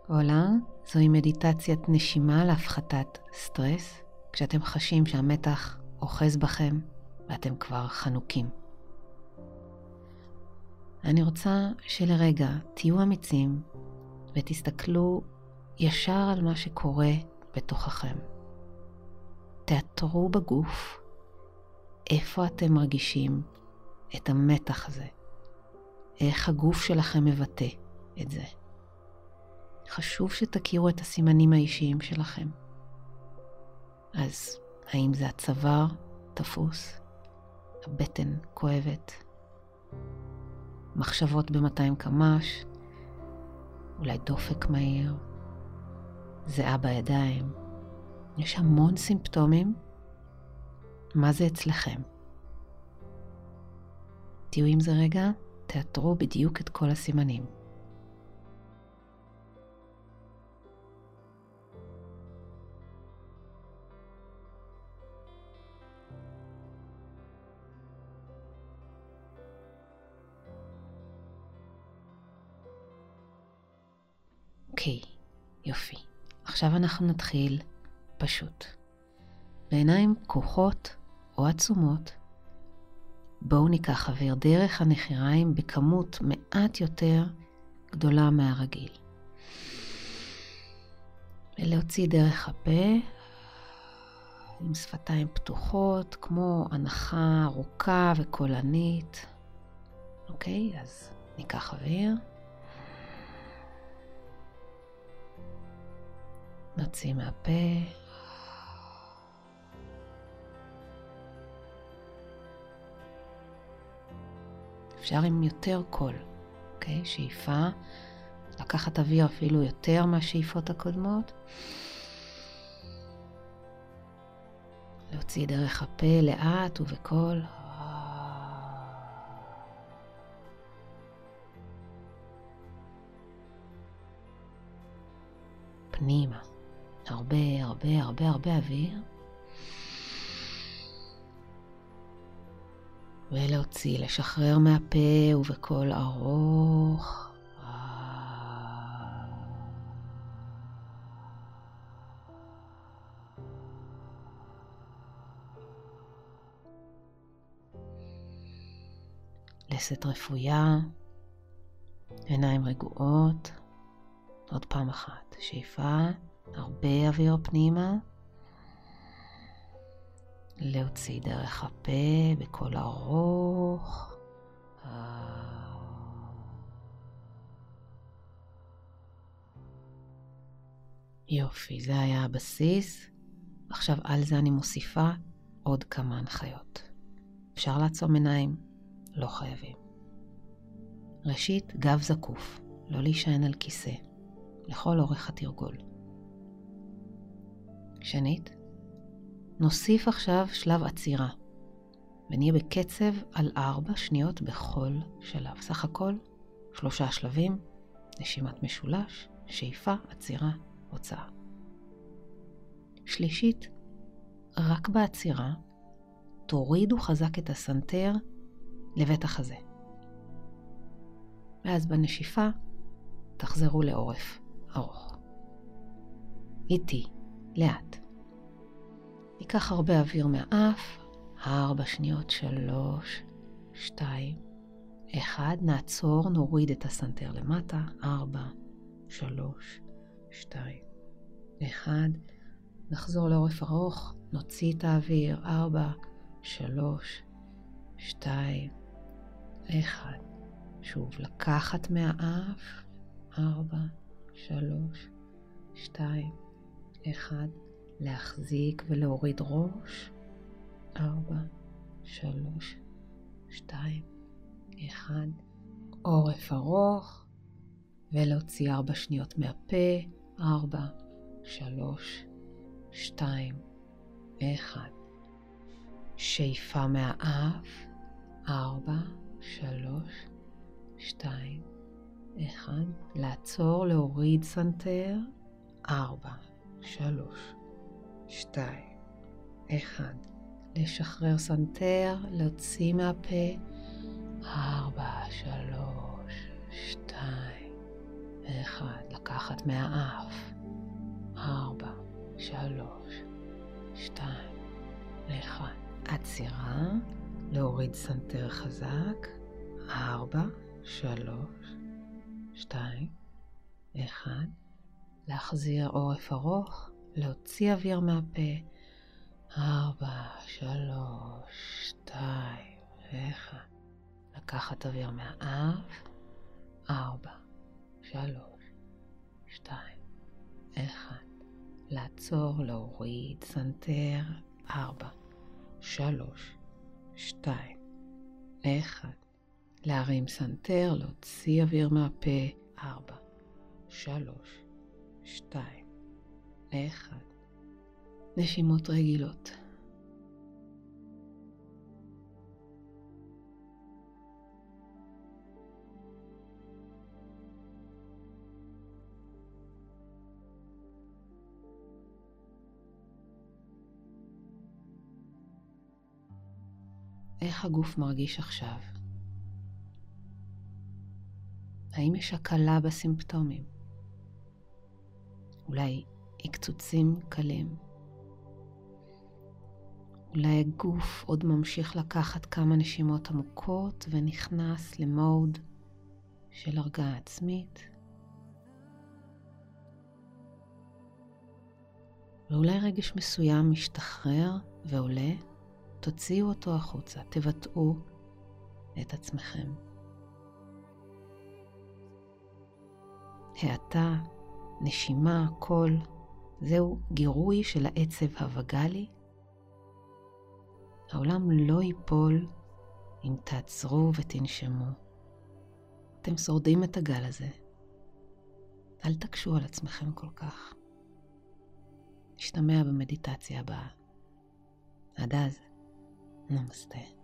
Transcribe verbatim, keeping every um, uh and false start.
הולה, זוהי מדיטציית נשימה להפחתת סטרס, כשאתם חשים שהמתח אוחז בכם ואתם כבר חנוקים. אני רוצה שלרגע תהיו אמיצים ותסתכלו ישר על מה שקורה בתוככם. תאתרו בגוף איפה אתם מרגישים את המתח הזה, איך הגוף שלכם מבטא את זה. חשוב שתכירו את הסימנים האישיים שלכם. אז האם זה הצוואר תפוס, הבטן כואבת, מחשבות ב-מאתיים קמ"ש, אולי דופק מהיר, זיעה בידיים. יש המון סימפטומים. מה זה אצלכם? תהיו עם זה רגע, תאתרו בדיוק את כל הסימנים. אוקיי, יופי. עכשיו אנחנו נתחיל פשוט. בעיניים פקוחות או עצומות, בואו ניקח אוויר דרך הנחיריים בכמות מעט יותר גדולה מהרגיל. ולהוציא דרך הפה עם שפתיים פתוחות, כמו הנחה ארוכה וקולנית. אוקיי, אז ניקח אוויר. נוציא מהפה. אפשר עם יותר קול, אוקיי? שאיפה, לקחת אוויר אפילו יותר מהשאיפות הקודמות. להוציא דרך הפה לאט ובקול. פנימה. הרבה, הרבה, הרבה, הרבה אוויר. ולהוציא, לשחרר מהפה ובקול ארוך. לסת רפויה, עיניים רגועות. עוד פעם אחת, שאיפה, הרבה אוויר פנימה. להוציא דרך הפה בקול ארוך. יופי, זה היה הבסיס. עכשיו על זה אני מוסיפה עוד כמה הנחיות. אפשר לעצום עיניים, לא חייבים. ראשית, גב זקוף, לא להישען על כיסא, לכל אורך התרגול. שנית, נוסיף עכשיו שלב עצירה, ונהיה בקצב על ארבע שניות בכל שלב. סך הכל שלושה שלבים, נשימת משולש, שאיפה, עצירה, הוצאה. שלישית, רק בעצירה, תורידו חזק את הסנטר לבית החזה. ואז בנשיפה, תחזרו לעורף ארוך. איתי, לאט. ניקח הרבה אוויר מהאף, ארבע שניות, שלוש, שתיים, אחד, נעצור, נוריד את הסנטר למטה, ארבע, שלוש, שתיים, אחד, נחזור לעורף ארוך, נוציא את האוויר, ארבע, שלוש, שתיים, אחד, שוב, לקחת מהאף, ארבע, שלוש, שתיים, אחד, להחזיק ולהוריד ראש, ארבע, שלוש, שתיים, אחד, עורף ארוך, ולהוציא ארבע שניות מהפה, ארבע, שלוש, שתיים, אחד. שאיפה מהאף, ארבע, שלוש, שתיים, אחד. לעצור, להוריד סנטר, ארבע, שלוש, שתיים, אחד. לשחרר סנטר, להוציא מהפה, ארבע, שלוש, שתיים, אחד, לקחת מהאף. ארבע, שלוש, שתיים, אחד. עצירה, להוריד סנטר חזק. ארבע, שלוש, שתיים, אחד. להחזיר עורף ארוך, להוציא אוויר מהפה. ארבע, שלוש, שתיים, אחד. לקחת אוויר מהאף. ארבע, שלוש, שתיים, אחד. לעצור, להוריד סנטר. ארבע, שלוש, שתיים, אחד. להרים סנטר, להוציא אוויר מהפה. ארבע, שלוש, שתיים, אחד. נשימות רגילות. איך הגוף מרגיש עכשיו? האם יש הקלה בסימפטומים? אולי עקצוצים קלים? אולי הגוף עוד ממשיך לקחת כמה נשימות עמוקות ונכנס למוד של הרגעה עצמית? ואולי רגש מסוים משתחרר ועולה? תוציאו אותו החוצה, תבטאו את עצמכם. האטה, נשימה, קול, זהו גירוי של העצב הווגלי. העולם לא ייפול אם תעצרו ותנשמו. אתם שורדים את הגל הזה. אל תקשו על עצמכם כל כך. נשתמע במדיטציה הבאה. עד אז, נמסטה.